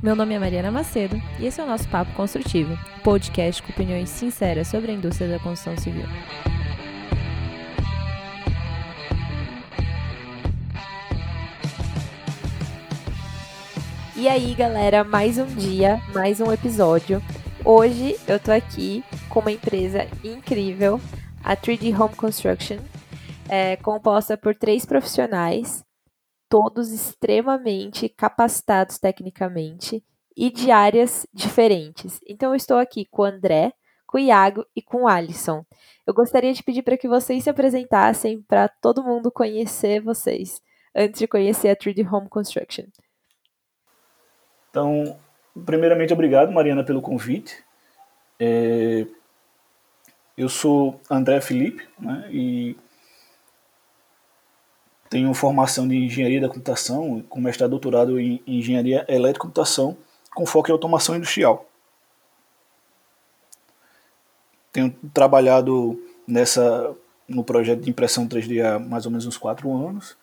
Meu nome é Mariana Macedo e esse é o nosso Papo Construtivo, podcast com opiniões sinceras sobre a indústria da construção civil. E aí, galera, mais um dia, mais um episódio. Hoje eu tô aqui com uma empresa incrível, a 3D Home Construction, composta por 3 profissionais, todos extremamente capacitados tecnicamente e de áreas diferentes. Então, eu estou aqui com o André, com o Iago e com o Alisson. Eu gostaria de pedir para que vocês se apresentassem para todo mundo conhecer vocês, antes de conhecer a 3D Home Construction. Então, primeiramente, obrigado, Mariana, pelo convite. Eu sou André Felipe, né, e tenho formação de Engenharia da Computação, com mestrado e doutorado em Engenharia Elétrica e Computação, com foco em automação industrial. Tenho trabalhado no projeto de impressão 3D há mais ou menos uns 4 anos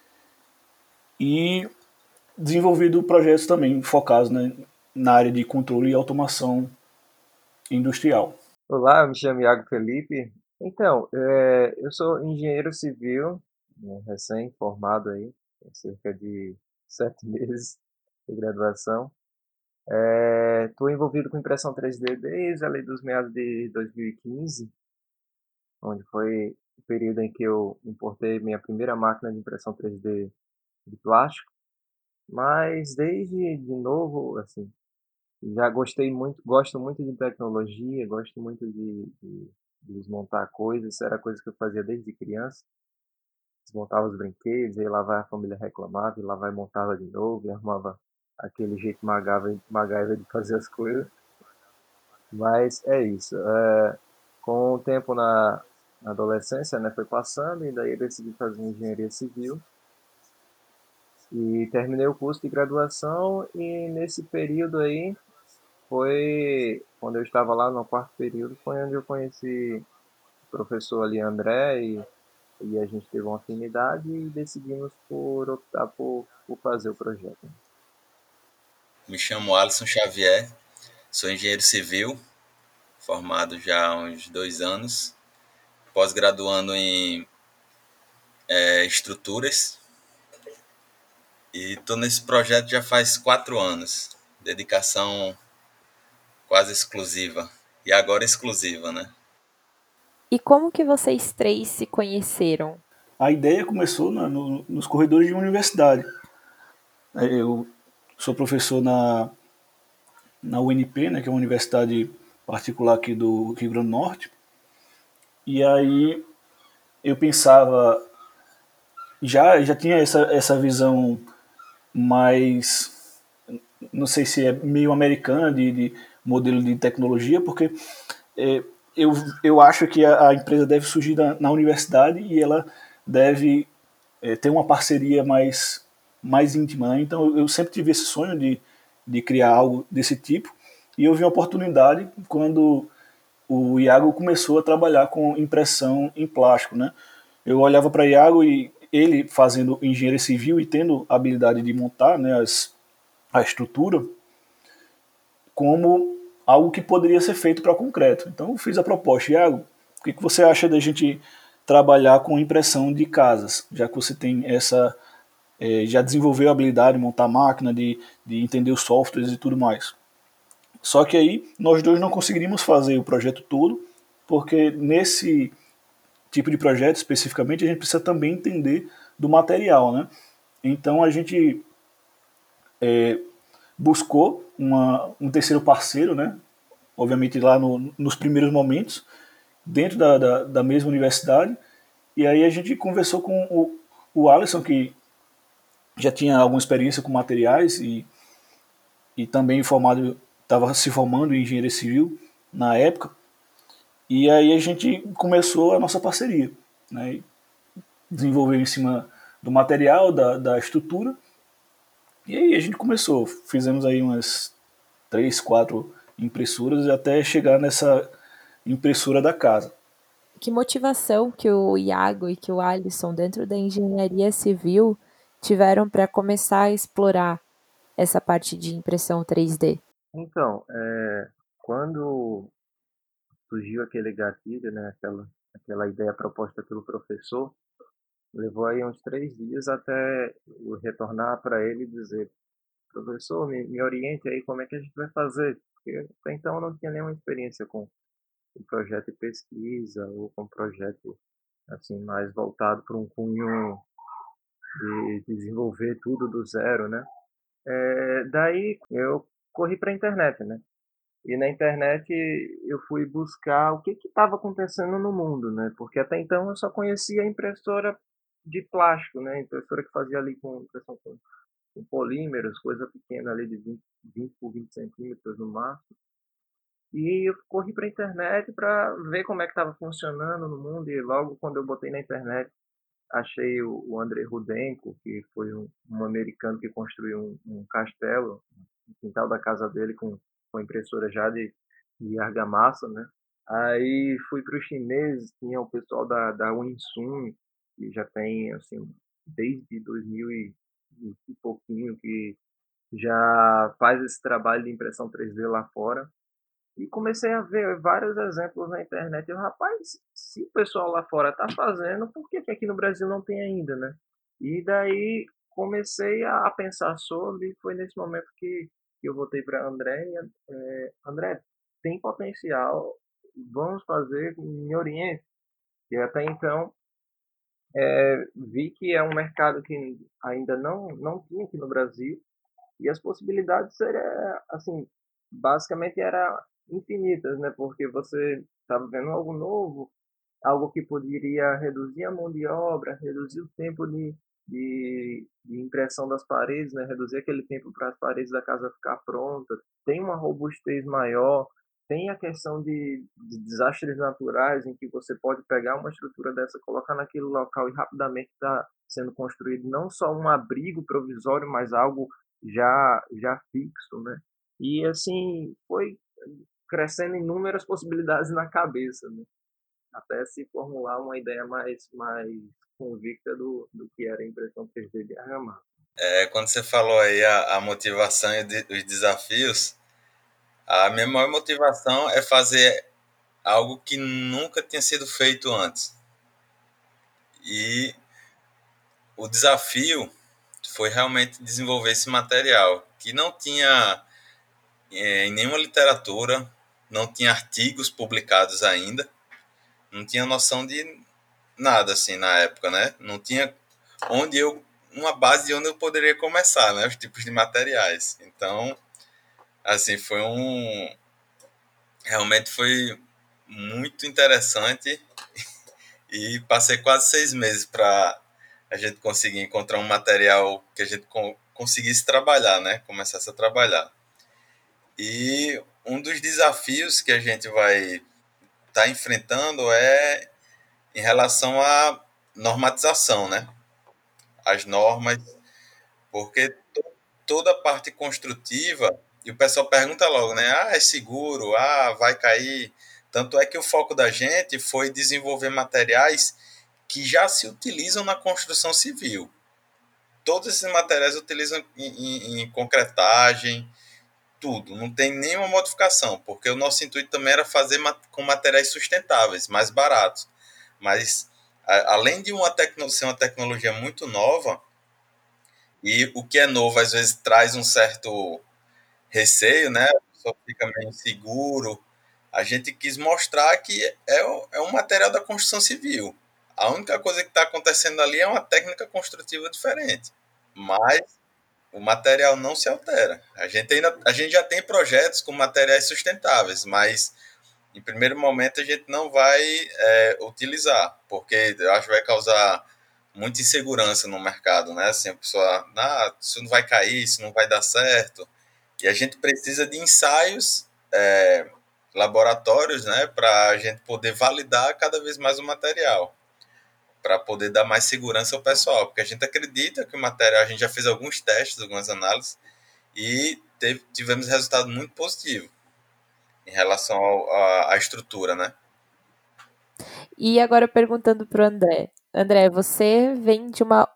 e desenvolvido projetos também focados, né, na área de controle e automação industrial. Olá, eu me chamo Iago Felipe. Então, eu sou engenheiro civil, né, recém-formado aí, tem cerca de 7 meses de graduação. Estou envolvido com impressão 3D desde ali dos meados de 2015, onde foi o período em que eu importei minha primeira máquina de impressão 3D de plástico. Mas desde de novo, assim, já gosto muito de tecnologia, gosto muito de desmontar coisas. Isso era coisa que eu fazia desde criança. Desmontava os brinquedos, aí lá vai a família reclamava, e lá vai montava de novo, e arrumava aquele jeito MacGyver de fazer as coisas. Mas é isso. Com o tempo na adolescência, né, foi passando, e daí eu decidi fazer engenharia civil. E terminei o curso de graduação, e nesse período aí, foi quando eu estava lá no quarto período, foi onde eu conheci o professor ali, André, e a gente teve uma afinidade e decidimos por optar por fazer o projeto. Me chamo Alisson Xavier, sou engenheiro civil, formado já há uns 2 anos, pós-graduando em estruturas, e estou nesse projeto já faz 4 anos, dedicação quase exclusiva, e agora exclusiva, né? E como que vocês 3 se conheceram? A ideia começou nos corredores de uma universidade. Eu sou professor na UNP, né, que é uma universidade particular aqui do Rio Grande do Norte, e aí eu pensava, já tinha essa visão mais, não sei se é meio americana de modelo de tecnologia, porque é, eu acho que a empresa deve surgir na universidade e ela deve ter uma parceria mais íntima. Né? Então eu sempre tive esse sonho de criar algo desse tipo, e eu vi uma oportunidade quando o Iago começou a trabalhar com impressão em plástico. Né? Eu olhava para Iago e ele fazendo engenharia civil e tendo a habilidade de montar, né, a estrutura, como algo que poderia ser feito para concreto. Então eu fiz a proposta: Iago, o que você acha da gente trabalhar com impressão de casas, já que você tem já desenvolveu a habilidade de montar máquina, de entender os softwares e tudo mais. Só que aí nós dois não conseguiríamos fazer o projeto todo, porque nesse tipo de projeto especificamente a gente precisa também entender do material, né? Então a gente buscou um terceiro parceiro, né? Obviamente lá nos primeiros momentos, dentro da mesma universidade, e aí a gente conversou com o Alisson, que já tinha alguma experiência com materiais e também estava se formando em engenharia civil na época, e aí a gente começou a nossa parceria, né? Desenvolveu em cima do material, da estrutura, e aí a gente começou, fizemos aí umas 3, 4 impressoras até chegar nessa impressora da casa. Que motivação que o Iago e que o Alisson, dentro da engenharia civil, tiveram para começar a explorar essa parte de impressão 3D? Então, quando surgiu aquele gatilho, né, aquela ideia proposta pelo professor, levou aí uns 3 dias até eu retornar para ele e dizer: professor, me oriente aí como é que a gente vai fazer, porque até então eu não tinha nenhuma experiência com projeto de pesquisa ou com projeto assim mais voltado para um cunho de desenvolver tudo do zero, né? Daí eu corri para a internet, né? E na internet eu fui buscar o que estava acontecendo no mundo, né? Porque até então eu só conhecia a impressora de plástico, né? Impressora que fazia ali com impressão com polímeros, coisa pequena ali de 20 por 20 centímetros no máximo. E eu corri para a internet para ver como é que estava funcionando no mundo. E logo quando eu botei na internet, achei o Andrei Rudenko, que foi um americano que construiu um castelo no quintal da casa dele com impressora já de argamassa, né? Aí fui para os chineses, tinha o pessoal da Winsun, que já tem, assim, desde 2000 e pouquinho, que já faz esse trabalho de impressão 3D lá fora. E comecei a ver vários exemplos na internet. Eu, rapaz, se o pessoal lá fora está fazendo, por que aqui no Brasil não tem ainda, né? E daí comecei a pensar sobre, foi nesse momento que eu voltei para André e, André, tem potencial, vamos fazer, me oriente. E até então vi que é um mercado que ainda não tinha aqui no Brasil, e as possibilidades seriam, assim, basicamente era infinitas, né? Porque você estava vendo algo novo, algo que poderia reduzir a mão de obra, reduzir o tempo de impressão das paredes, né? Reduzir aquele tempo para as paredes da casa ficar pronta, tem uma robustez maior, tem a questão de desastres naturais, em que você pode pegar uma estrutura dessa, colocar naquele local e rapidamente está sendo construído não só um abrigo provisório, mas algo já fixo, né? E assim foi crescendo inúmeras possibilidades na cabeça, né? Até se formular uma ideia mais convicta do que era a impressão 3D de argamassa. Quando você falou aí a motivação e os desafios, a minha maior motivação é fazer algo que nunca tinha sido feito antes. E o desafio foi realmente desenvolver esse material, que não tinha em nenhuma literatura, não tinha artigos publicados ainda, não tinha noção de nada assim na época, né? Não tinha uma base de onde eu poderia começar, né? Os tipos de materiais. Então, assim, realmente foi muito interessante e passei quase 6 meses para a gente conseguir encontrar um material que a gente conseguisse trabalhar, né? Começasse a trabalhar. E um dos desafios que a gente vai estar enfrentando é em relação à normatização, né? As normas, porque toda a parte construtiva, e o pessoal pergunta logo, né? Ah, é seguro? Ah, vai cair? Tanto é que o foco da gente foi desenvolver materiais que já se utilizam na construção civil. Todos esses materiais utilizam em concretagem, tudo. Não tem nenhuma modificação, porque o nosso intuito também era fazer com materiais sustentáveis, mais baratos. Mas, além de ser uma tecnologia muito nova, e o que é novo às vezes traz um certo receio, né? A pessoa fica meio inseguro. A gente quis mostrar que é um material da construção civil. A única coisa que está acontecendo ali é uma técnica construtiva diferente. Mas o material não se altera. A gente já tem projetos com materiais sustentáveis, mas em primeiro momento a gente não vai utilizar, porque eu acho que vai causar muita insegurança no mercado, né? Assim, a pessoa, isso não vai cair, isso não vai dar certo. E a gente precisa de ensaios, laboratórios, né, para a gente poder validar cada vez mais o material, para poder dar mais segurança ao pessoal, porque a gente acredita que o material, a gente já fez alguns testes, algumas análises, e tivemos resultado muito positivo em relação à estrutura, né? E agora perguntando para o André. André, você vem de uma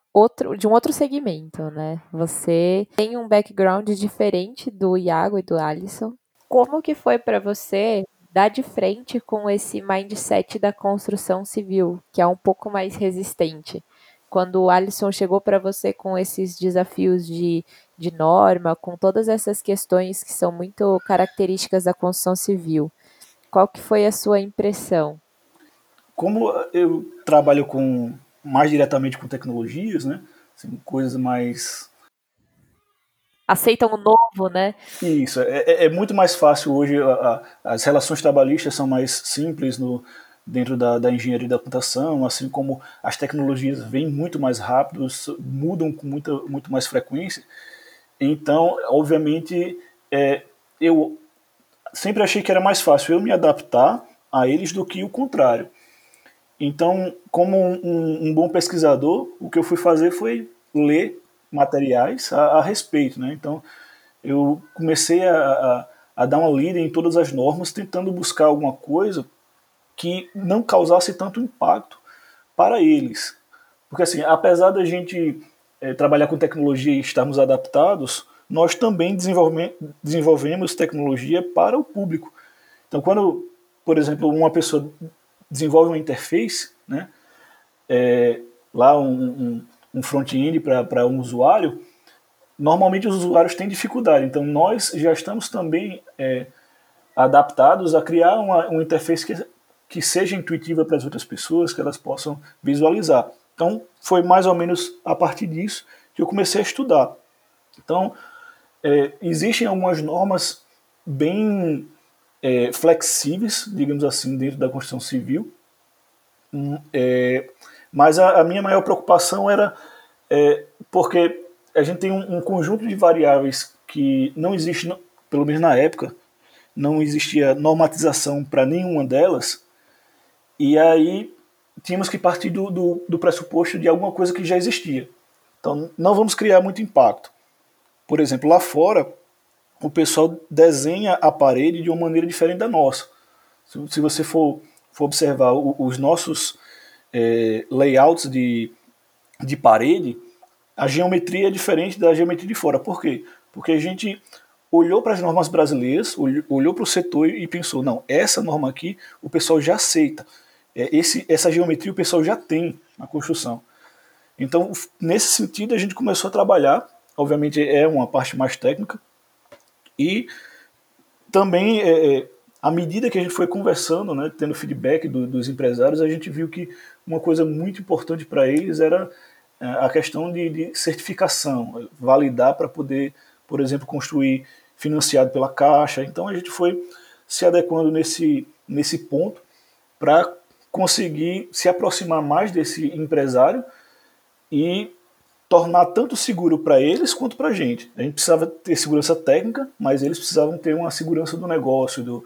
de um outro segmento, né? Você tem um background diferente do Iago e do Alisson. Como que foi para você dar de frente com esse mindset da construção civil, que é um pouco mais resistente? Quando o Alisson chegou para você com esses desafios de norma, com todas essas questões que são muito características da construção civil, qual que foi a sua impressão? Como eu trabalho mais diretamente com tecnologias, né? Assim, coisas mais. Aceitam o novo, né? Isso, é muito mais fácil hoje, as relações trabalhistas são mais simples dentro da engenharia da computação, assim como as tecnologias vêm muito mais rápido, mudam com muito mais frequência. Então, obviamente, eu sempre achei que era mais fácil eu me adaptar a eles do que o contrário. Então, como um bom pesquisador, o que eu fui fazer foi ler materiais a respeito, né? Então, eu comecei a dar uma lida em todas as normas, tentando buscar alguma coisa que não causasse tanto impacto para eles. Porque, assim, apesar da gente trabalhar com tecnologia e estarmos adaptados, nós também desenvolvemos tecnologia para o público. Então, quando, por exemplo, uma pessoa desenvolve uma interface, né, lá um front-end para um usuário, normalmente os usuários têm dificuldade. Então, nós já estamos também adaptados a criar uma interface que seja intuitiva para as outras pessoas, que elas possam visualizar. Então, foi mais ou menos a partir disso que eu comecei a estudar. Então, existem algumas normas bem flexíveis, digamos assim, dentro da construção civil, mas a minha maior preocupação era porque a gente tem um conjunto de variáveis que não existe, pelo menos na época, não existia normatização para nenhuma delas, e aí tínhamos que partir do pressuposto de alguma coisa que já existia. Então não vamos criar muito impacto. Por exemplo, lá fora, o pessoal desenha a parede de uma maneira diferente da nossa. Se você for observar os nossos layouts de parede, a geometria é diferente da geometria de fora. Por quê? Porque a gente olhou para as normas brasileiras, olhou para o setor e pensou, não, essa norma aqui o pessoal já aceita. Essa geometria o pessoal já tem na construção. Então, nesse sentido, a gente começou a trabalhar. Obviamente é uma parte mais técnica. E também, à medida que a gente foi conversando, né, tendo feedback dos empresários, a gente viu que uma coisa muito importante para eles era a questão de certificação, validar para poder, por exemplo, construir financiado pela Caixa. Então a gente foi se adequando nesse ponto para conseguir se aproximar mais desse empresário e tornar tanto seguro para eles quanto para a gente. A gente precisava ter segurança técnica, mas eles precisavam ter uma segurança do negócio,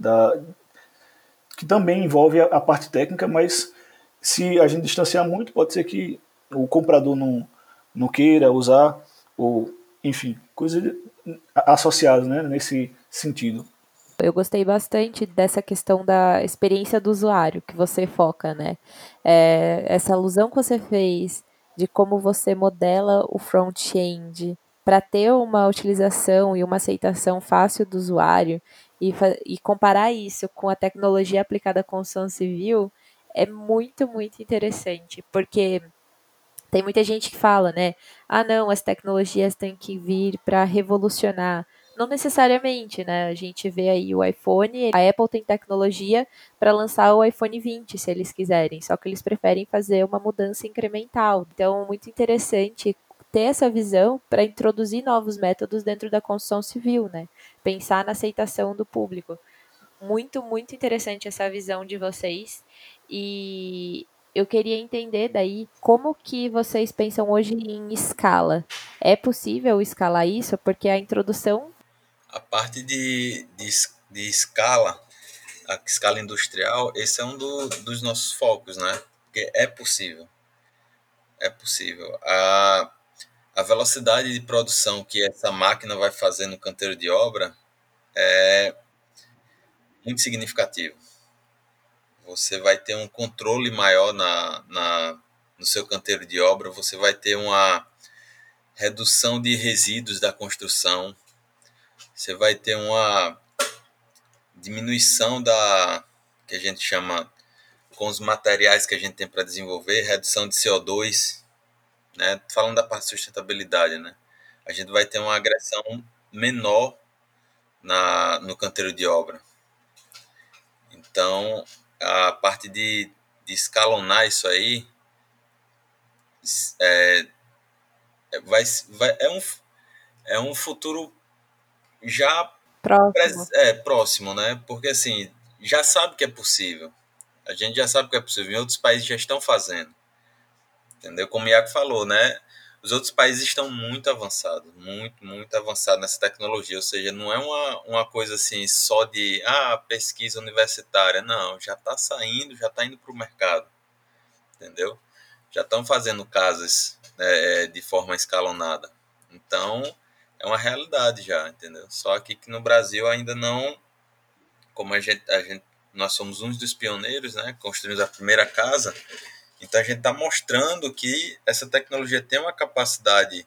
que também envolve a parte técnica, mas se a gente distanciar muito, pode ser que o comprador não queira usar, ou enfim, coisas associadas, né, nesse sentido. Eu gostei bastante dessa questão da experiência do usuário que você foca, né? Essa alusão que você fez de como você modela o front-end para ter uma utilização e uma aceitação fácil do usuário e comparar isso com a tecnologia aplicada à construção civil é muito, muito interessante, porque tem muita gente que fala, né? Ah, não, as tecnologias têm que vir para revolucionar. Não necessariamente, né? A gente vê aí o iPhone, a Apple tem tecnologia para lançar o iPhone 20, se eles quiserem, só que eles preferem fazer uma mudança incremental. Então, muito interessante ter essa visão para introduzir novos métodos dentro da construção civil, né? Pensar na aceitação do público. Muito, muito interessante essa visão de vocês. E eu queria entender daí como que vocês pensam hoje em escala. É possível escalar isso? Porque a introdução... A parte de escala, a escala industrial, esse é um dos nossos focos, né? Porque é possível. É possível. A velocidade de produção que essa máquina vai fazer no canteiro de obra é muito significativa. Você vai ter um controle maior no seu canteiro de obra, você vai ter uma redução de resíduos da construção, você vai ter uma diminuição que a gente chama, com os materiais que a gente tem para desenvolver, redução de CO2, né? Falando da parte de sustentabilidade, né? A gente vai ter uma agressão menor no canteiro de obra. Então, a parte de escalonar isso aí é um futuro já Próximo. próximo, né? Porque assim, já sabe que é possível. A gente já sabe que é possível. Em outros países já estão fazendo. Entendeu? Como o Iago falou, né? Os outros países estão muito avançados, muito avançados nessa tecnologia. Ou seja, não é uma coisa assim só de pesquisa universitária. Não, já está saindo, já está indo para o mercado. Entendeu? Já estão fazendo casas, né, de forma escalonada. Então, é uma realidade já, entendeu? Só aqui que no Brasil ainda não, como nós somos um dos pioneiros, né? Construímos a primeira casa, então a gente está mostrando que essa tecnologia tem uma capacidade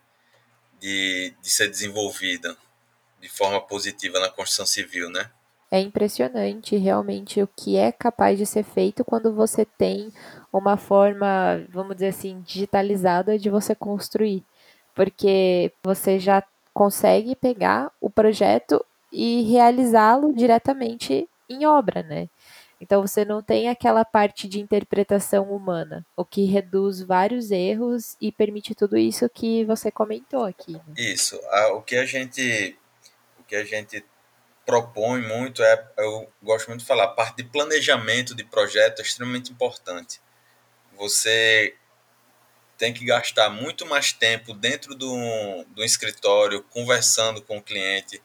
de ser desenvolvida de forma positiva na construção civil, né? É impressionante realmente o que é capaz de ser feito quando você tem uma forma, vamos dizer assim, digitalizada de você construir. Porque você já consegue pegar o projeto e realizá-lo diretamente em obra, né? Então você não tem aquela parte de interpretação humana, o que reduz vários erros e permite tudo isso que você comentou aqui, né? Isso. O que a gente propõe muito eu gosto muito de falar, a parte de planejamento de projeto é extremamente importante. Você tem que gastar muito mais tempo dentro do escritório, conversando com o cliente,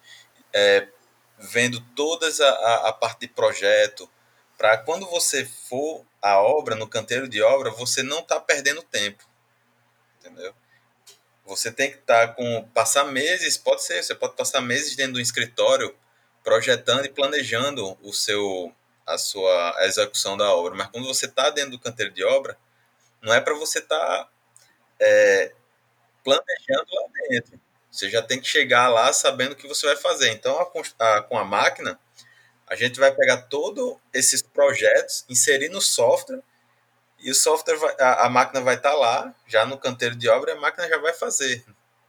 vendo todas a parte de projeto, para quando você for à obra, no canteiro de obra, você não está perdendo tempo, entendeu? Você tem que passar meses, você pode passar meses dentro do escritório projetando e planejando a sua execução da obra. Mas quando você está dentro do canteiro de obra, não é para você estar planejando lá dentro. Você já tem que chegar lá sabendo o que você vai fazer. Então, com a máquina, a gente vai pegar todos esses projetos, inserir no software, e o software a máquina vai estar lá, já no canteiro de obra, e a máquina já vai fazer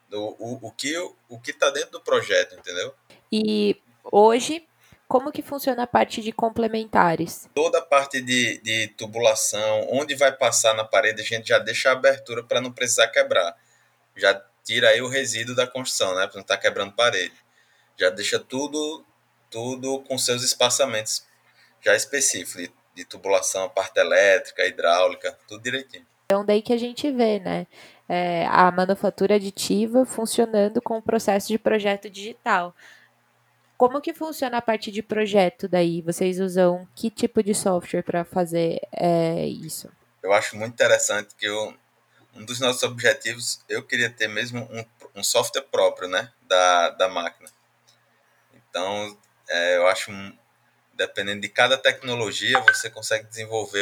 o que está dentro do projeto, entendeu? E hoje, como que funciona a parte de complementares? Toda a parte de tubulação, onde vai passar na parede, a gente já deixa a abertura para não precisar quebrar. Já tira aí o resíduo da construção, né? Para não estar quebrando parede. Já deixa tudo com seus espaçamentos já específicos, de tubulação, parte elétrica, hidráulica, tudo direitinho. Então, daí que a gente vê, né? A manufatura aditiva funcionando com o processo de projeto digital. Como que funciona a parte de projeto daí? Vocês usam que tipo de software para fazer isso? Eu acho muito interessante que um dos nossos objetivos, eu queria ter mesmo um software próprio, né, da máquina. Então, eu acho, dependendo de cada tecnologia, você consegue desenvolver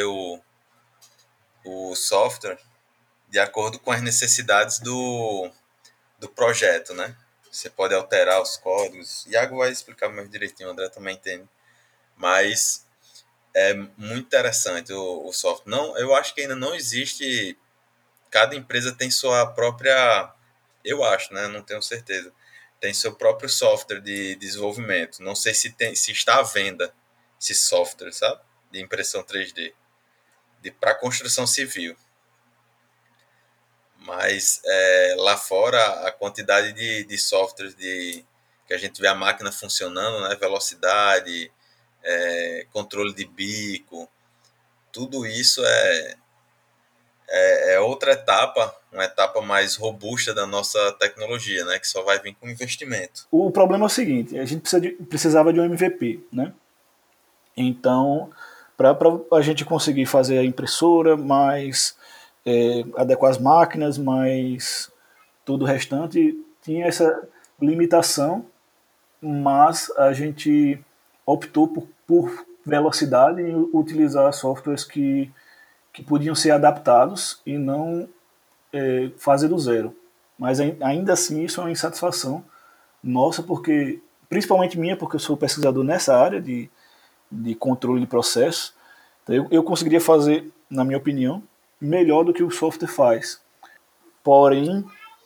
o software de acordo com as necessidades do projeto, né? Você pode alterar os códigos. Iago vai explicar mais direitinho, o André também entende. Mas é muito interessante o software. Não, eu acho que ainda não existe. Cada empresa tem sua própria. Eu acho, né? Não tenho certeza. Tem seu próprio software de desenvolvimento. Não sei se está à venda esse software, sabe? De impressão 3D. Para construção civil. Mas lá fora, a quantidade de softwares que a gente vê a máquina funcionando, né? Velocidade, controle de bico, tudo isso é outra etapa, uma etapa mais robusta da nossa tecnologia, né? Que só vai vir com investimento. O problema é o seguinte, a gente precisava de um MVP, né? Então, para a gente conseguir fazer a impressora, mais adequar as máquinas, mais tudo o restante, tinha essa limitação, mas a gente optou por velocidade e utilizar softwares que que podiam ser adaptados e não fazer do zero. Mas ainda assim isso é uma insatisfação nossa, porque principalmente minha, porque eu sou pesquisador nessa área de controle de processo. Então eu conseguiria fazer, na minha opinião, melhor do que o software faz. Porém,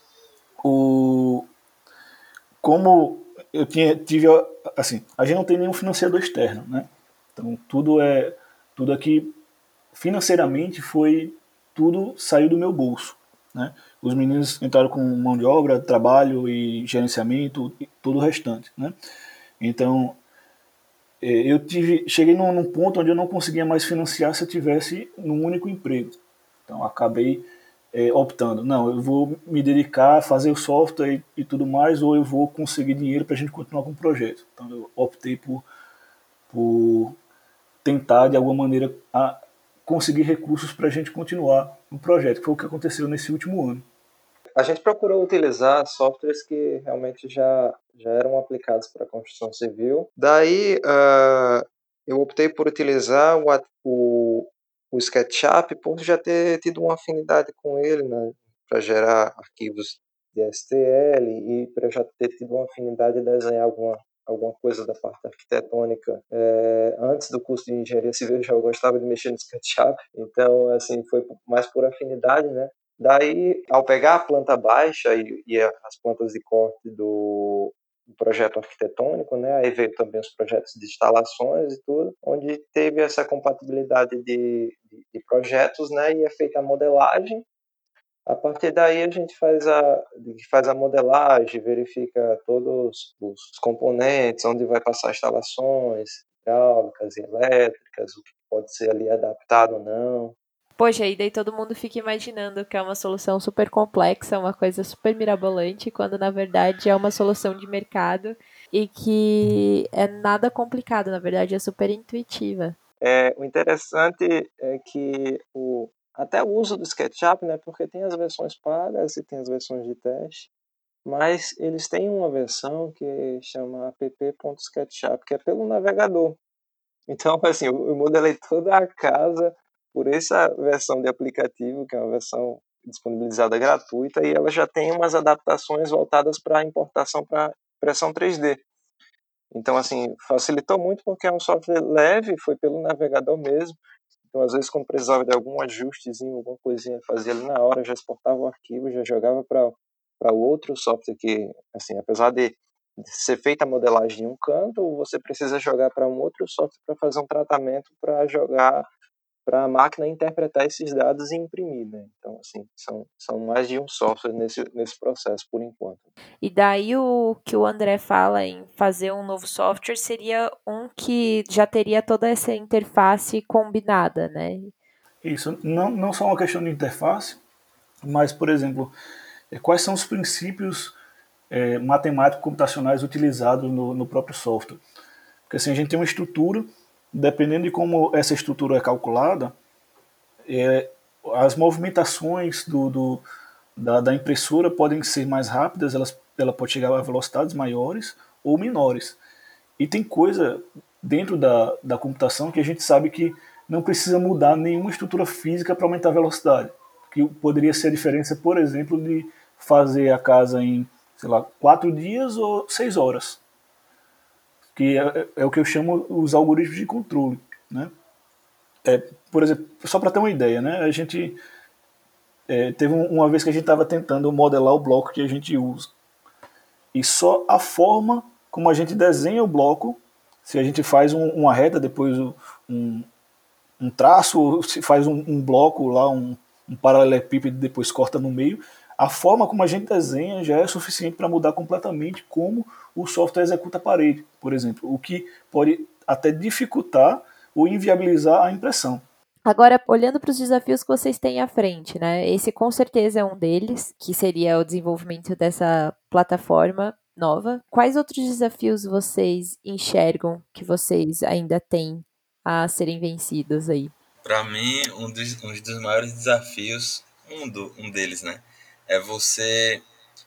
como eu tive assim, a gente não tem nenhum financiador externo, né? Então tudo aqui financeiramente tudo saiu do meu bolso, né? Os meninos entraram com mão de obra, trabalho e gerenciamento e todo o restante, né? Então cheguei num ponto onde eu não conseguia mais financiar se eu tivesse num único emprego. Então acabei optando, não, eu vou me dedicar a fazer o software e tudo mais, ou eu vou conseguir dinheiro para a gente continuar com o projeto. Então eu optei por tentar de alguma maneira conseguir recursos para a gente continuar o projeto, que foi o que aconteceu nesse último ano. A gente procurou utilizar softwares que realmente já eram aplicados para a construção civil. Daí, eu optei por utilizar o SketchUp por já ter tido uma afinidade com ele, né, para gerar arquivos de STL e para já ter tido uma afinidade de desenhar alguma coisa da parte arquitetônica. Antes do curso de engenharia civil eu já gostava de mexer no SketchUp, então assim foi mais por afinidade, né? Daí, ao pegar a planta baixa e as plantas de corte do projeto arquitetônico, né, aí veio também os projetos de instalações e tudo, onde teve essa compatibilidade de projetos, né, e é feita a modelagem. A partir daí a gente faz a modelagem, verifica todos os componentes, onde vai passar instalações hidráulicas e elétricas, o que pode ser ali adaptado ou não. Poxa, e daí todo mundo fica imaginando que é uma solução super complexa, uma coisa super mirabolante, quando na verdade é uma solução de mercado e que é nada complicado, na verdade é super intuitiva. O interessante é que até o uso do SketchUp, né, porque tem as versões pagas e tem as versões de teste, mas eles têm uma versão que chama app.sketchup, que é pelo navegador. Então, assim, eu modelei toda a casa por essa versão de aplicativo, que é uma versão disponibilizada gratuita, e ela já tem umas adaptações voltadas para importação para impressão 3D. Então, assim, facilitou muito porque é um software leve, foi pelo navegador mesmo. Então, às vezes, quando precisava de algum ajustezinho, alguma coisinha, fazia ali na hora, já exportava o arquivo, já jogava para o outro software que, assim, apesar de ser feita a modelagem em um canto, você precisa jogar para um outro software para fazer um tratamento para jogar para a máquina interpretar esses dados e imprimir, né? Então, assim, são mais de um software nesse processo, por enquanto. E daí o que o André fala em fazer um novo software seria um que já teria toda essa interface combinada, né? Isso, não só uma questão de interface, mas, por exemplo, quais são os princípios matemáticos computacionais utilizados no próprio software. Porque assim, a gente tem uma estrutura, dependendo de como essa estrutura é calculada, as movimentações da impressora podem ser mais rápidas, ela pode chegar a velocidades maiores ou menores. E tem coisa dentro da computação que a gente sabe que não precisa mudar nenhuma estrutura física para aumentar a velocidade. Que poderia ser a diferença, por exemplo, de fazer a casa em, sei lá, 4 dias ou 6 horas. Que é o que eu chamo os algoritmos de controle, né? Por exemplo, só para ter uma ideia, né? A gente teve uma vez que a gente estava tentando modelar o bloco que a gente usa. E só a forma como a gente desenha o bloco, se a gente faz uma reta, depois um traço, se faz um bloco lá, um paralelepípedo, depois corta no meio, a forma como a gente desenha já é suficiente para mudar completamente como o software executa a parede, por exemplo, o que pode até dificultar ou inviabilizar a impressão. Agora, olhando para os desafios que vocês têm à frente, né? Esse com certeza é um deles, que seria o desenvolvimento dessa plataforma nova. Quais outros desafios vocês enxergam que vocês ainda têm a serem vencidos aí? Para mim, um dos maiores desafios, um deles, né? É você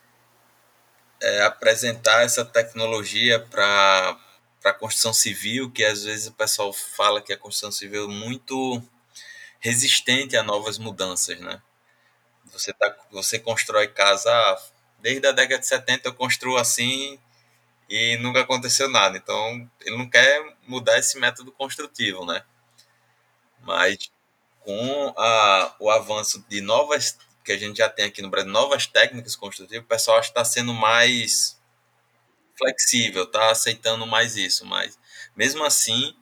apresentar essa tecnologia para a construção civil, que às vezes o pessoal fala que a construção civil é muito resistente a novas mudanças, né? Você constrói casa desde a década de 70 eu construo assim e nunca aconteceu nada. Então, ele não quer mudar esse método construtivo, né? Mas com o avanço de novas, que a gente já tem aqui no Brasil, novas técnicas construtivas, o pessoal está sendo mais flexível, está aceitando mais isso. Mas, mesmo assim,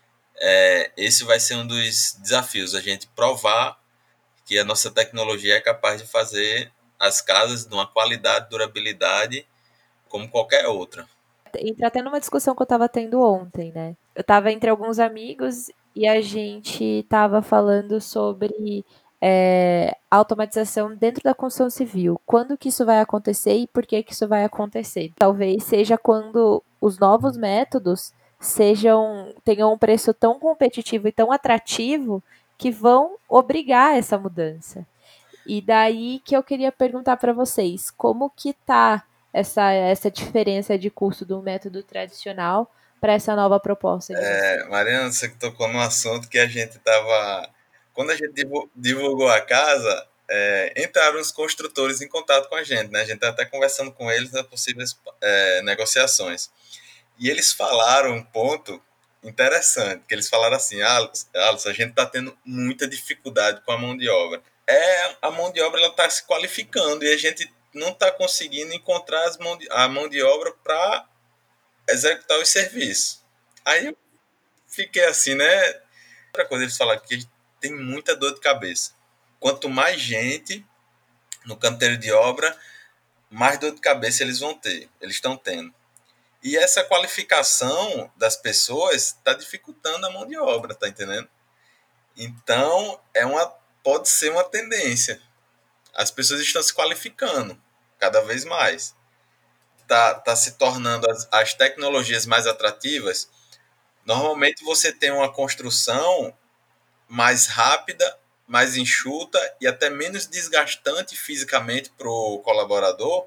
esse vai ser um dos desafios, a gente provar que a nossa tecnologia é capaz de fazer as casas de uma qualidade, durabilidade, como qualquer outra. Entra até numa discussão que eu estava tendo ontem, né? Eu estava entre alguns amigos e a gente estava falando sobre automatização dentro da construção civil. Quando que isso vai acontecer e por que que isso vai acontecer? Talvez seja quando os novos métodos tenham um preço tão competitivo e tão atrativo que vão obrigar essa mudança. E daí que eu queria perguntar para vocês, como que tá essa diferença de custo do método tradicional para essa nova proposta de vocês? Mariana, você tocou num assunto que a gente estava... Quando a gente divulgou a casa, entraram os construtores em contato com a gente, né? A gente está até conversando com eles nas possíveis negociações. E eles falaram um ponto interessante, que eles falaram assim, Alisson, a gente está tendo muita dificuldade com a mão de obra. A mão de obra está se qualificando e a gente não está conseguindo encontrar a mão de obra para executar os serviços. Aí eu fiquei assim, né? Outra coisa, eles falaram que tem muita dor de cabeça. Quanto mais gente no canteiro de obra, mais dor de cabeça eles vão ter, eles estão tendo. E essa qualificação das pessoas está dificultando a mão de obra, tá entendendo? Então, pode ser uma tendência. As pessoas estão se qualificando cada vez mais. Tá se tornando as tecnologias mais atrativas. Normalmente você tem uma construção mais rápida, mais enxuta e até menos desgastante fisicamente para o colaborador.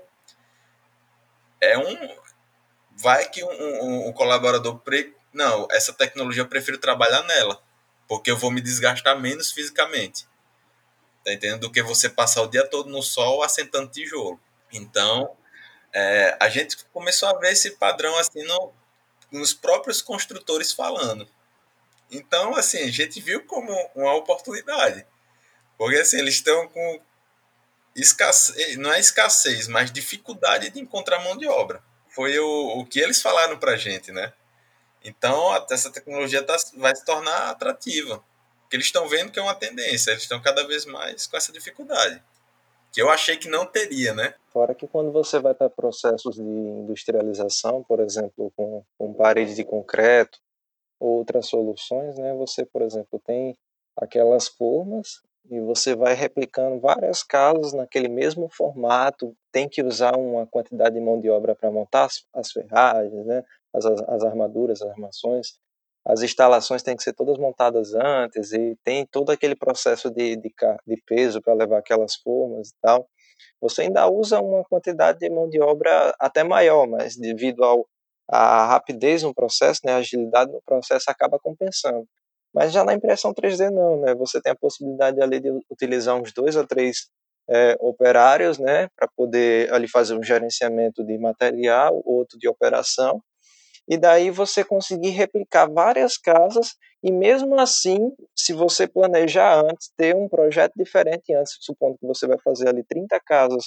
Vai que um colaborador... Não, essa tecnologia eu prefiro trabalhar nela, porque eu vou me desgastar menos fisicamente. Tá entendendo? Do que você passar o dia todo no sol assentando tijolo. Então, a gente começou a ver esse padrão assim nos próprios construtores falando. Então, assim, a gente viu como uma oportunidade. Porque, assim, eles estão com escassez, não é escassez, mas dificuldade de encontrar mão de obra. Foi o que eles falaram pra gente, né? Então, essa tecnologia vai se tornar atrativa. Porque eles estão vendo que é uma tendência, eles estão cada vez mais com essa dificuldade. Que eu achei que não teria, né? Fora que quando você vai para processos de industrialização, por exemplo, com parede de concreto ou outras soluções, né, você, por exemplo, tem aquelas formas e você vai replicando várias casas naquele mesmo formato, tem que usar uma quantidade de mão de obra para montar as ferragens, né, as armaduras, as armações. As instalações têm que ser todas montadas antes e tem todo aquele processo de peso para levar aquelas formas e tal. Você ainda usa uma quantidade de mão de obra até maior, mas devido à rapidez no processo, né, a agilidade no processo acaba compensando. Mas já na impressão 3D não, né? Você tem a possibilidade ali de utilizar uns 2 a 3 operários, né, para poder ali fazer um gerenciamento de material, outro de operação, e daí você conseguir replicar várias casas e mesmo assim, se você planejar antes, ter um projeto diferente antes, supondo que você vai fazer ali 30 casas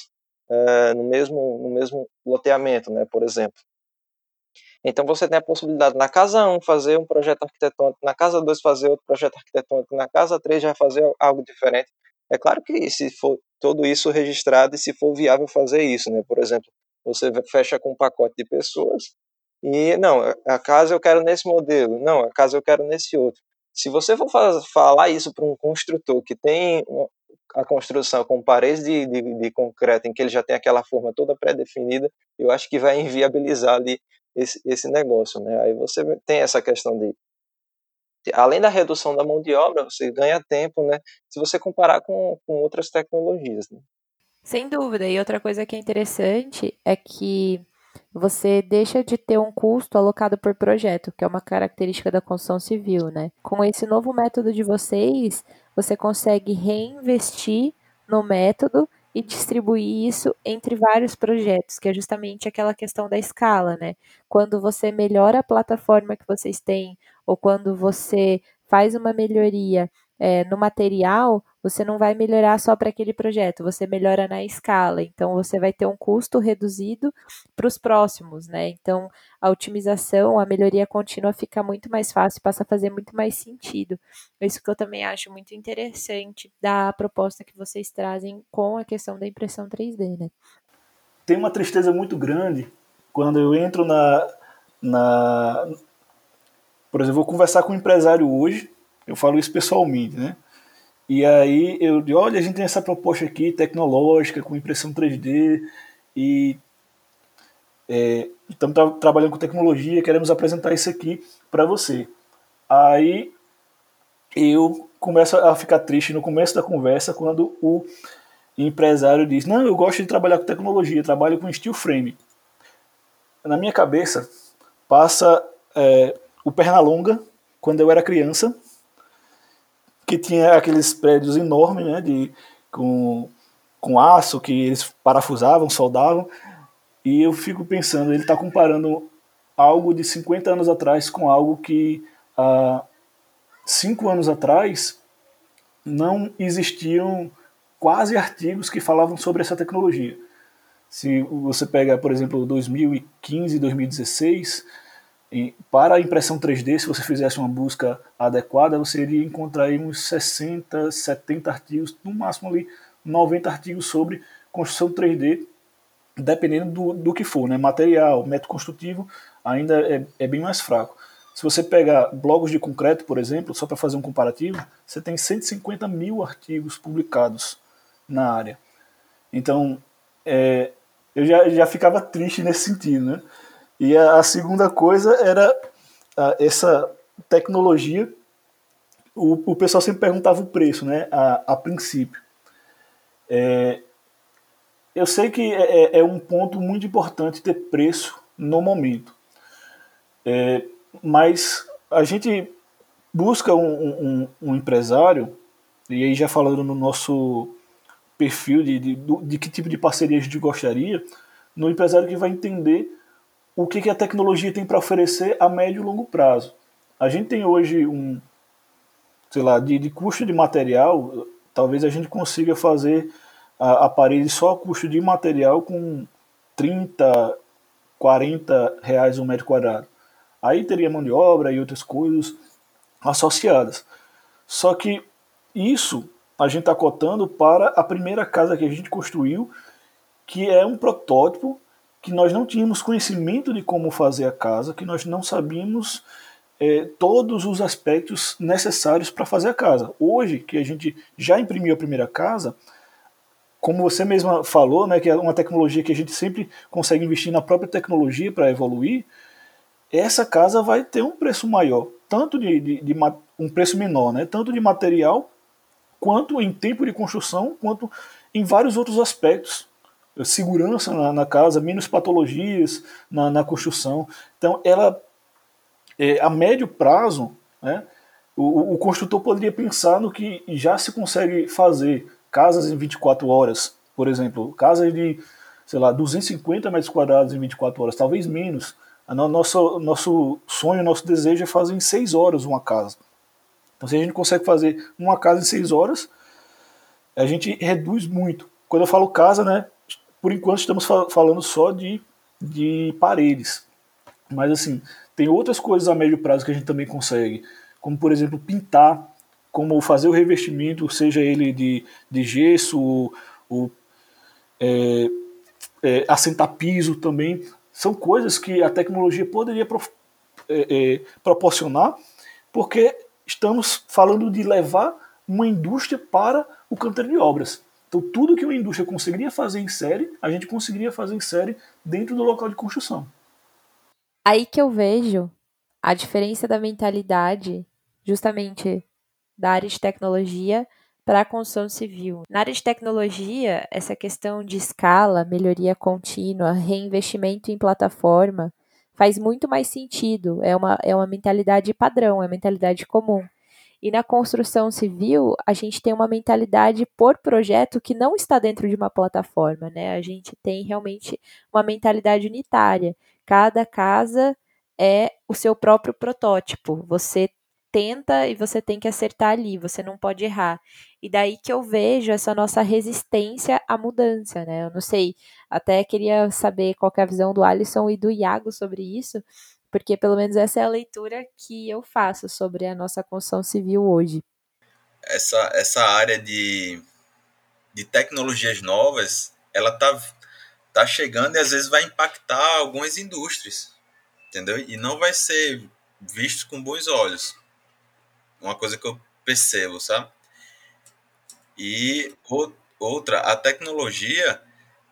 no mesmo loteamento, né, por exemplo. Então você tem a possibilidade na casa 1 fazer um projeto arquitetônico, na casa 2 fazer outro projeto arquitetônico, na casa 3 já fazer algo diferente. É claro que se for tudo isso registrado e se for viável fazer isso, né? Por exemplo, você fecha com um pacote de pessoas e, não, a casa eu quero nesse modelo, não, a casa eu quero nesse outro. Se você for falar isso para um construtor que tem a construção com paredes de concreto, em que ele já tem aquela forma toda pré-definida, eu acho que vai inviabilizar ali esse negócio, né? Aí você tem essa questão além da redução da mão de obra, você ganha tempo, né? Se você comparar com outras tecnologias, né? Sem dúvida. E outra coisa que é interessante é que você deixa de ter um custo alocado por projeto, que é uma característica da construção civil, né? Com esse novo método de vocês, você consegue reinvestir no método e distribuir isso entre vários projetos, que é justamente aquela questão da escala, né? Quando você melhora a plataforma que vocês têm, ou quando você faz uma melhoria no material, você não vai melhorar só para aquele projeto, você melhora na escala. Então, você vai ter um custo reduzido para os próximos, né? Então, a otimização, a melhoria contínua fica muito mais fácil, passa a fazer muito mais sentido. Isso que eu também acho muito interessante da proposta que vocês trazem com a questão da impressão 3D, né? Tem uma tristeza muito grande quando eu entro na por exemplo, eu vou conversar com um empresário hoje, eu falo isso pessoalmente, né? E aí eu digo, olha, a gente tem essa proposta aqui tecnológica com impressão 3D e estamos trabalhando com tecnologia, queremos apresentar isso aqui para você. Aí eu começo a ficar triste no começo da conversa quando o empresário diz, não, eu gosto de trabalhar com tecnologia, trabalho com steel frame. Na minha cabeça passa o Pernalonga, quando eu era criança, que tinha aqueles prédios enormes, né, com aço que eles parafusavam, soldavam, e eu fico pensando, ele está comparando algo de 50 anos atrás com algo que há 5 anos atrás não existiam quase artigos que falavam sobre essa tecnologia. Se você pega, por exemplo, 2015, 2016, para a impressão 3D, se você fizesse uma busca adequada, você iria encontrar aí uns 60, 70 artigos, no máximo ali 90 artigos sobre construção 3D, dependendo do que for, né? Material, método construtivo, ainda é bem mais fraco. Se você pegar blocos de concreto, por exemplo, só para fazer um comparativo, você tem 150 mil artigos publicados na área. Então, eu já ficava triste nesse sentido, né? E a segunda coisa era essa tecnologia. O pessoal sempre perguntava o preço, né? A princípio. Eu sei que é um ponto muito importante ter preço no momento. Mas a gente busca um empresário, e aí já falando no nosso perfil de que tipo de parceria a gente gostaria, no empresário que vai entender o que a tecnologia tem para oferecer a médio e longo prazo. A gente tem hoje sei lá, de custo de material, talvez a gente consiga fazer aparelhos só a custo de material com 30, 40 reais um metro quadrado. Aí teria mão de obra e outras coisas associadas. Só que isso a gente está cotando para a primeira casa que a gente construiu, que é um protótipo que nós não tínhamos conhecimento de como fazer a casa, que nós não sabíamos todos os aspectos necessários para fazer a casa. Hoje, que a gente já imprimiu a primeira casa, como você mesma falou, né, que é uma tecnologia que a gente sempre consegue investir na própria tecnologia para evoluir, essa casa vai ter um preço maior, tanto de um preço menor, né, tanto de material, quanto em tempo de construção, quanto em vários outros aspectos. Segurança na casa, menos patologias na construção. Então, ela, a médio prazo, né, o construtor poderia pensar no que já se consegue fazer casas em 24 horas, por exemplo, casas de, sei lá, 250 metros quadrados em 24 horas, talvez menos. Nosso sonho, nosso desejo é fazer em 6 horas uma casa. Então, se a gente consegue fazer uma casa em 6 horas, a gente reduz muito. Quando eu falo casa, né, por enquanto estamos falando só de paredes. Mas assim, tem outras coisas a médio prazo que a gente também consegue, como por exemplo pintar, como fazer o revestimento, seja ele de gesso, assentar piso também. São coisas que a tecnologia poderia proporcionar, porque estamos falando de levar uma indústria para o canteiro de obras. Então, tudo que uma indústria conseguiria fazer em série, a gente conseguiria fazer em série dentro do local de construção. Aí que eu vejo a diferença da mentalidade, justamente da área de tecnologia, para a construção civil. Na área de tecnologia, essa questão de escala, melhoria contínua, reinvestimento em plataforma, faz muito mais sentido. É uma mentalidade padrão, é uma mentalidade comum. E na construção civil, a gente tem uma mentalidade por projeto que não está dentro de uma plataforma, né? A gente tem realmente uma mentalidade unitária. Cada casa é o seu próprio protótipo. Você tenta e você tem que acertar ali, você não pode errar. E daí que eu vejo essa nossa resistência à mudança, né? Eu não sei, até queria saber qual que é a visão do Alisson e do Iago sobre isso, porque pelo menos essa é a leitura que eu faço sobre a nossa construção civil hoje. Essa área de tecnologias novas, ela tá chegando e às vezes vai impactar algumas indústrias, entendeu? E não vai ser visto com bons olhos. Uma coisa que eu percebo, sabe? E outra, a tecnologia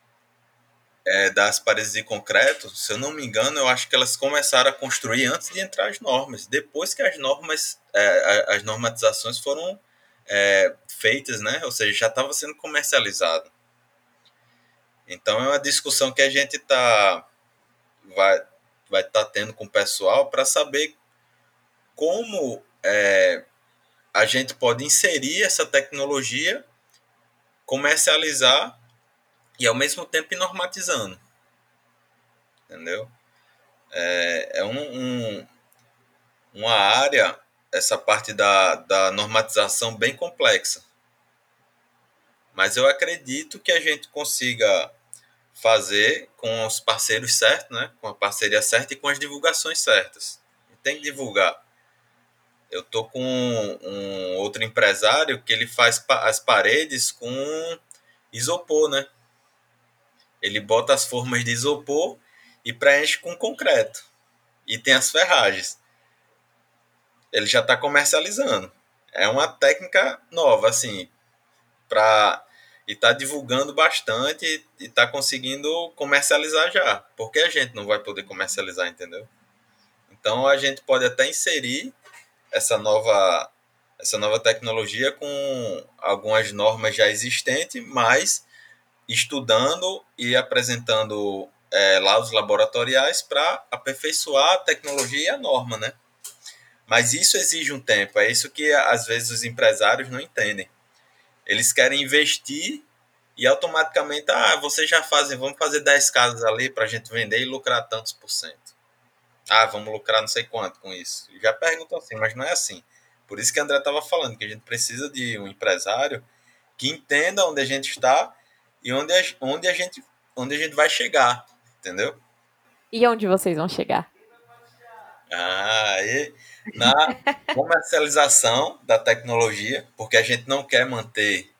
das paredes de concreto, se eu não me engano, eu acho que elas começaram a construir antes de entrar as normas. Depois que as normas, as normatizações foram feitas, né? Ou seja, já estava sendo comercializado. Então é uma discussão que a gente vai estar tendo com o pessoal para saber como a gente pode inserir essa tecnologia, comercializar e ao mesmo tempo ir normatizando, entendeu? É uma área, essa parte da normatização bem complexa, mas eu acredito que a gente consiga fazer com os parceiros certos, né? Com a parceria certa e com as divulgações certas. Tem que divulgar. Eu tô com um outro empresário que ele faz as paredes com isopor, né? Ele bota as formas de isopor e preenche com concreto. E tem as ferragens. Ele já está comercializando. É uma técnica nova, assim, para e tá divulgando bastante e tá conseguindo comercializar já. Porque a gente não vai poder comercializar, entendeu? Então a gente pode até inserir essa nova tecnologia com algumas normas já existentes, mas estudando e apresentando laudos laboratoriais para aperfeiçoar a tecnologia e a norma, né? Mas isso exige um tempo, é isso que às vezes os empresários não entendem. Eles querem investir e automaticamente, vocês já fazem, vamos fazer 10 casas ali para a gente vender e lucrar tantos por cento. Vamos lucrar não sei quanto com isso. Já perguntam assim, mas não é assim. Por isso que a André estava falando, que a gente precisa de um empresário que entenda onde a gente está e onde a gente vai chegar, entendeu? E onde vocês vão chegar? E na comercialização da tecnologia, porque a gente não quer manter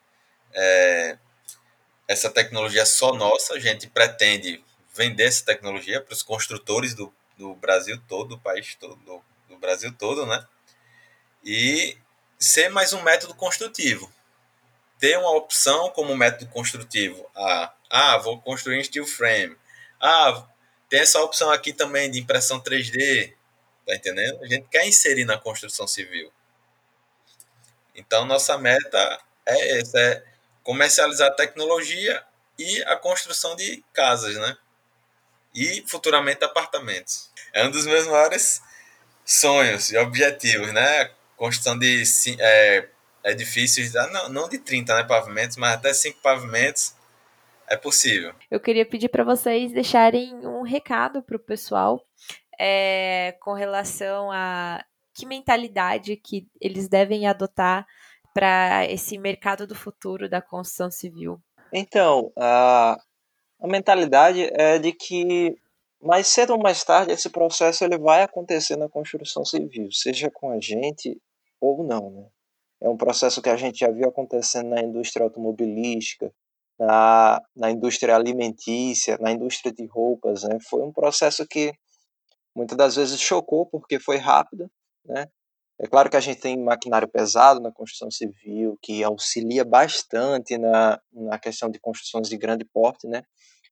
essa tecnologia só nossa, a gente pretende vender essa tecnologia para os construtores do Brasil todo, do país todo, do Brasil todo, né? E ser mais um método construtivo. Ter uma opção como método construtivo. Vou construir em steel frame. Tem essa opção aqui também de impressão 3D. Tá entendendo? A gente quer inserir na construção civil. Então, nossa meta é essa, é comercializar a tecnologia e a construção de casas, né? E futuramente apartamentos. É um dos meus maiores sonhos e objetivos, né? Construção de edifícios, não de 30, né, pavimentos, mas até 5 pavimentos é possível. Eu queria pedir para vocês deixarem um recado para o pessoal com relação a que mentalidade que eles devem adotar para esse mercado do futuro da construção civil. Então, a mentalidade é de que mais cedo ou mais tarde esse processo ele vai acontecer na construção civil, seja com a gente ou não, né? É um processo que a gente já viu acontecendo na indústria automobilística, na indústria alimentícia, na indústria de roupas, né? Foi um processo que muitas das vezes chocou porque foi rápido, né? É claro que a gente tem maquinário pesado na construção civil, que auxilia bastante na questão de construções de grande porte, né?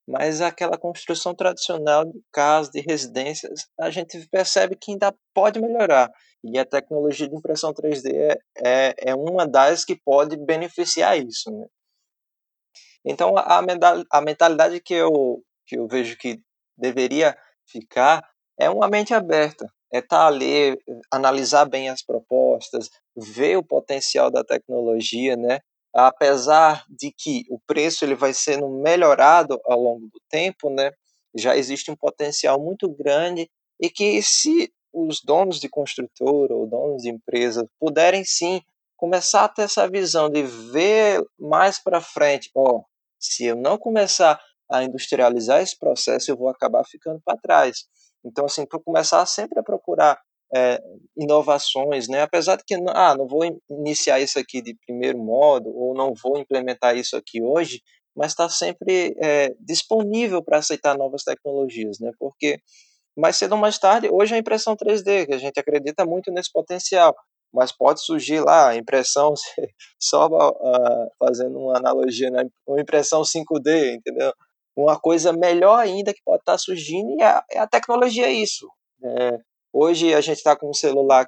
mas aquela construção tradicional de casas, de residências, a gente percebe que ainda pode melhorar. E a tecnologia de impressão 3D é uma das que pode beneficiar isso, né? Então, a mentalidade que eu vejo que deveria ficar é uma mente aberta, é estar ali, analisar bem as propostas, ver o potencial da tecnologia, né? Apesar de que o preço ele vai sendo melhorado ao longo do tempo, né? Já existe um potencial muito grande e que se os donos de construtora ou donos de empresa puderem sim começar a ter essa visão de ver mais para frente, se eu não começar a industrializar esse processo, eu vou acabar ficando para trás. Então, assim, para começar sempre a procurar inovações, né? Apesar de que não vou iniciar isso aqui de primeiro modo ou não vou implementar isso aqui hoje, mas está sempre disponível para aceitar novas tecnologias, né? Porque mais cedo ou mais tarde, hoje a impressão 3D, que a gente acredita muito nesse potencial, mas pode surgir lá a impressão, só fazendo uma analogia, né? Uma impressão 5D, entendeu? Uma coisa melhor ainda que pode estar surgindo, e a tecnologia é isso. Hoje a gente está com um celular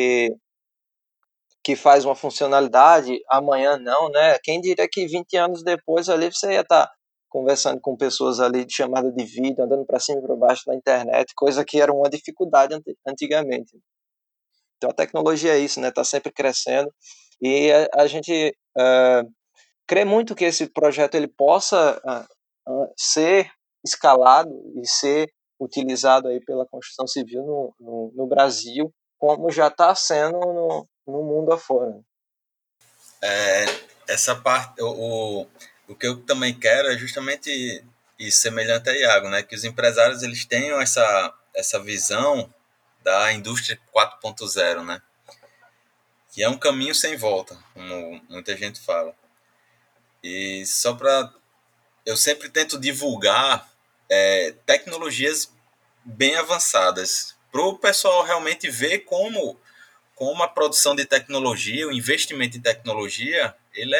que faz uma funcionalidade, amanhã não, né? Quem diria que 20 anos depois ali você ia estar conversando com pessoas ali de chamada de vídeo, andando para cima e para baixo na internet, coisa que era uma dificuldade antigamente. Então a tecnologia é isso, né? Está sempre crescendo e a gente crê muito que esse projeto ele possa ser escalado e ser utilizado aí pela construção civil no Brasil, como já está sendo no mundo afora. Essa parte, o que eu também quero é justamente isso, semelhante a Iago, né? Que os empresários eles tenham essa visão da indústria 4.0, né? Que é um caminho sem volta, como muita gente fala. E só para... Eu sempre tento divulgar tecnologias bem avançadas, para o pessoal realmente ver como a produção de tecnologia, o investimento em tecnologia, ele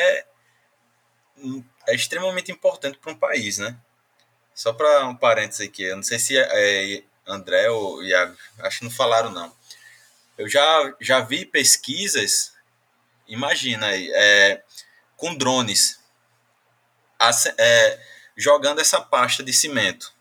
é extremamente importante para um país, né? Só para um parênteses aqui, eu não sei se André ou Iago, acho que não falaram não. Eu já vi pesquisas, imagina aí, com drones, jogando essa pasta de cimento.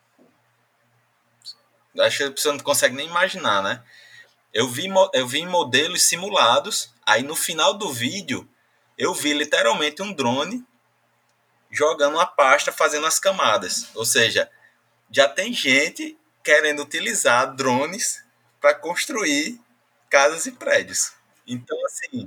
Acho que a pessoa não consegue nem imaginar, né? Eu vi modelos simulados, aí no final do vídeo, eu vi literalmente um drone jogando uma pasta, fazendo as camadas. Ou seja, já tem gente querendo utilizar drones para construir casas e prédios. Então, assim,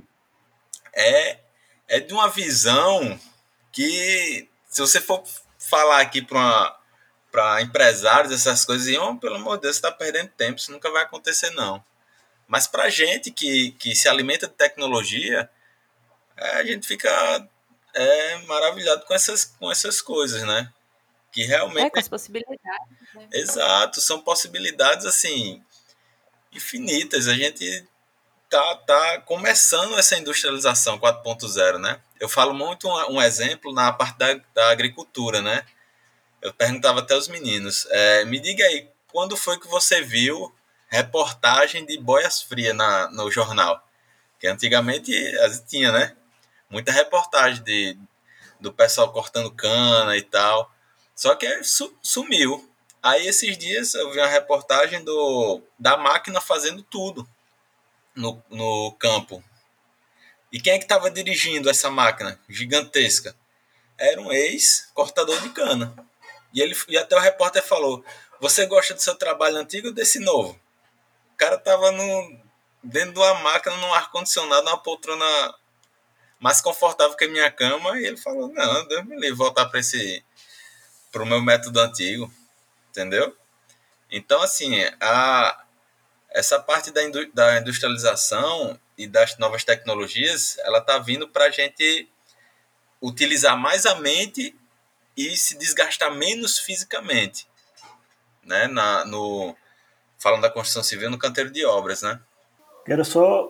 é de uma visão que, se você for falar aqui para empresários, essas coisas, pelo amor de Deus, você está perdendo tempo, isso nunca vai acontecer, não. Mas para gente que se alimenta de tecnologia, a gente fica maravilhado com essas coisas, né? Que realmente... com as possibilidades, né? Exato, são possibilidades, assim, infinitas. A gente tá começando essa industrialização 4.0, né? Eu falo muito um exemplo na parte da agricultura, né? Eu perguntava até aos meninos, me diga aí, quando foi que você viu reportagem de boias frias no jornal? Que antigamente tinha, né? Muita reportagem do pessoal cortando cana e tal. Só que sumiu. Aí esses dias eu vi uma reportagem da máquina fazendo tudo no campo. E quem é que estava dirigindo essa máquina gigantesca? Era um ex-cortador de cana. E até o repórter falou, você gosta do seu trabalho antigo ou desse novo? O cara estava dentro de uma máquina, num ar-condicionado, numa poltrona mais confortável que a minha cama, e ele falou, não, Deus me livre voltar para o meu método antigo, entendeu? Então, assim, essa parte da industrialização e das novas tecnologias, ela está vindo para a gente utilizar mais a mente e se desgastar menos fisicamente, né? Falando da construção civil, no canteiro de obras, né? Quero só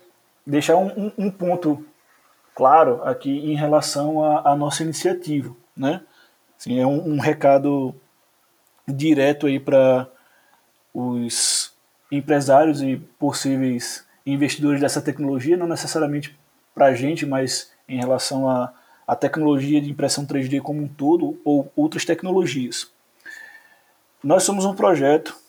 deixar um ponto claro aqui em relação à nossa iniciativa. né? Assim, é um recado direto aí para os empresários e possíveis investidores dessa tecnologia, não necessariamente para a gente, mas em relação à tecnologia de impressão 3D como um todo ou outras tecnologias. Nós somos um projeto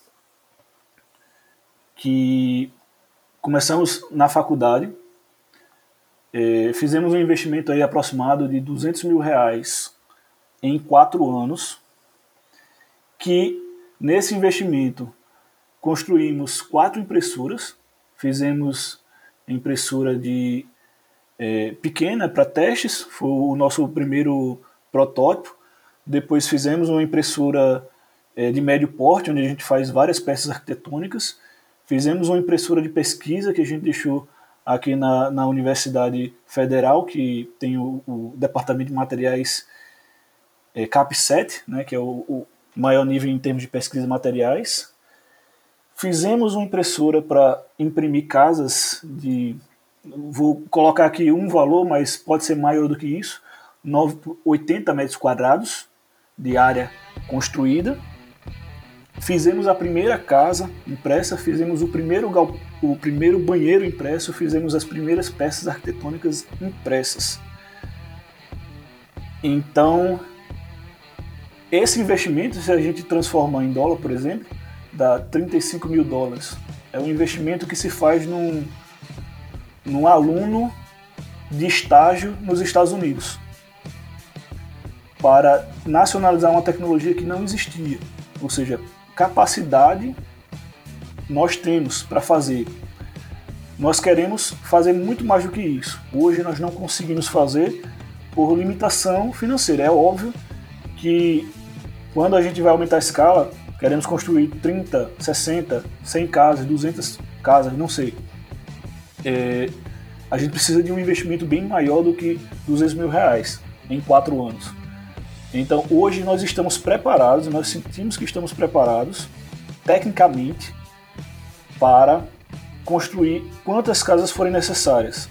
que começamos na faculdade, fizemos um investimento aí aproximado de R$200 mil em 4 anos, que nesse investimento construímos 4 impressoras, fizemos impressora de pequena para testes, foi o nosso primeiro protótipo. Depois fizemos uma impressora de médio porte, onde a gente faz várias peças arquitetônicas. Fizemos uma impressora de pesquisa que a gente deixou aqui na Universidade Federal, que tem o Departamento de Materiais CAP7, né, que é o maior nível em termos de pesquisa de materiais. Fizemos uma impressora para imprimir casas de... Vou colocar aqui um valor, mas pode ser maior do que isso. 80 metros quadrados de área construída. Fizemos a primeira casa impressa, fizemos o primeiro banheiro impresso, fizemos as primeiras peças arquitetônicas impressas. Então, esse investimento, se a gente transformar em dólar, por exemplo, dá $35 mil. É um investimento que se faz num aluno de estágio nos Estados Unidos para nacionalizar uma tecnologia que não existia. Ou seja, capacidade nós temos para fazer. Nós queremos fazer muito mais do que isso. Hoje nós não conseguimos fazer por limitação financeira. É óbvio que quando a gente vai aumentar a escala, queremos construir 30, 60, 100 casas, 200 casas, não sei. A gente precisa de um investimento bem maior do que R$200 mil em 4 anos. Então hoje nós estamos preparados, nós sentimos que estamos preparados tecnicamente para construir quantas casas forem necessárias.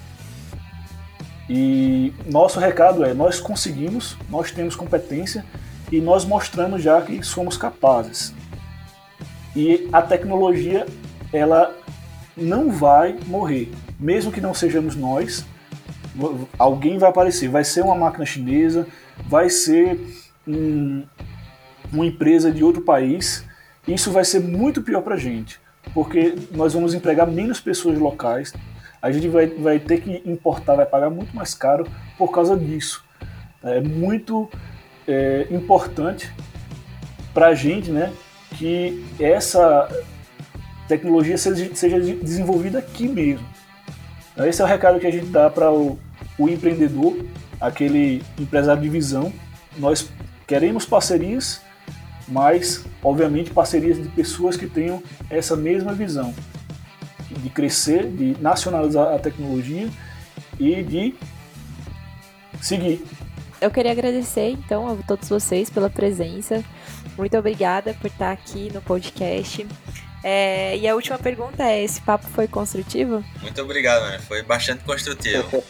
E nosso recado é, nós conseguimos, nós temos competência e nós mostramos já que somos capazes. E a tecnologia, ela não vai morrer, mesmo que não sejamos nós, alguém vai aparecer, vai ser uma máquina chinesa, vai ser uma empresa de outro país, e isso vai ser muito pior para a gente, porque nós vamos empregar menos pessoas locais, a gente vai ter que importar, vai pagar muito mais caro por causa disso. É muito importante para a gente, né, que essa tecnologia seja desenvolvida aqui mesmo. Esse é o recado que a gente dá para o empreendedor, aquele empresário de visão. Nós queremos parcerias, mas, obviamente, parcerias de pessoas que tenham essa mesma visão de crescer, de nacionalizar a tecnologia e de seguir. Eu queria agradecer, então, a todos vocês pela presença. Muito obrigada por estar aqui no podcast. E a última pergunta é, esse papo foi construtivo? Muito obrigado, né? Foi bastante construtivo.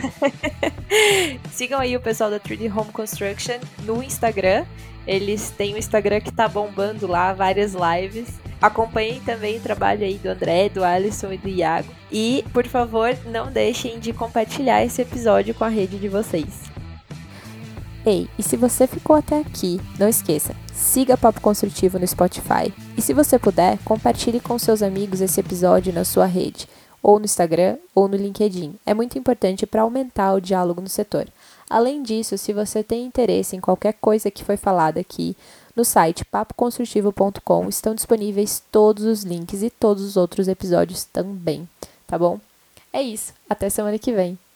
Sigam aí o pessoal da 3D Home Construction no Instagram. Eles têm um Instagram que tá bombando lá, várias lives. Acompanhem também o trabalho aí do André, do Alisson e do Iago. E, por favor, não deixem de compartilhar esse episódio com a rede de vocês. Ei, e se você ficou até aqui, não esqueça, siga Papo Construtivo no Spotify. E se você puder, compartilhe com seus amigos esse episódio na sua rede, ou no Instagram, ou no LinkedIn. É muito importante para aumentar o diálogo no setor. Além disso, se você tem interesse em qualquer coisa que foi falada aqui, no site papoconstrutivo.com estão disponíveis todos os links e todos os outros episódios também, tá bom? É isso, até semana que vem.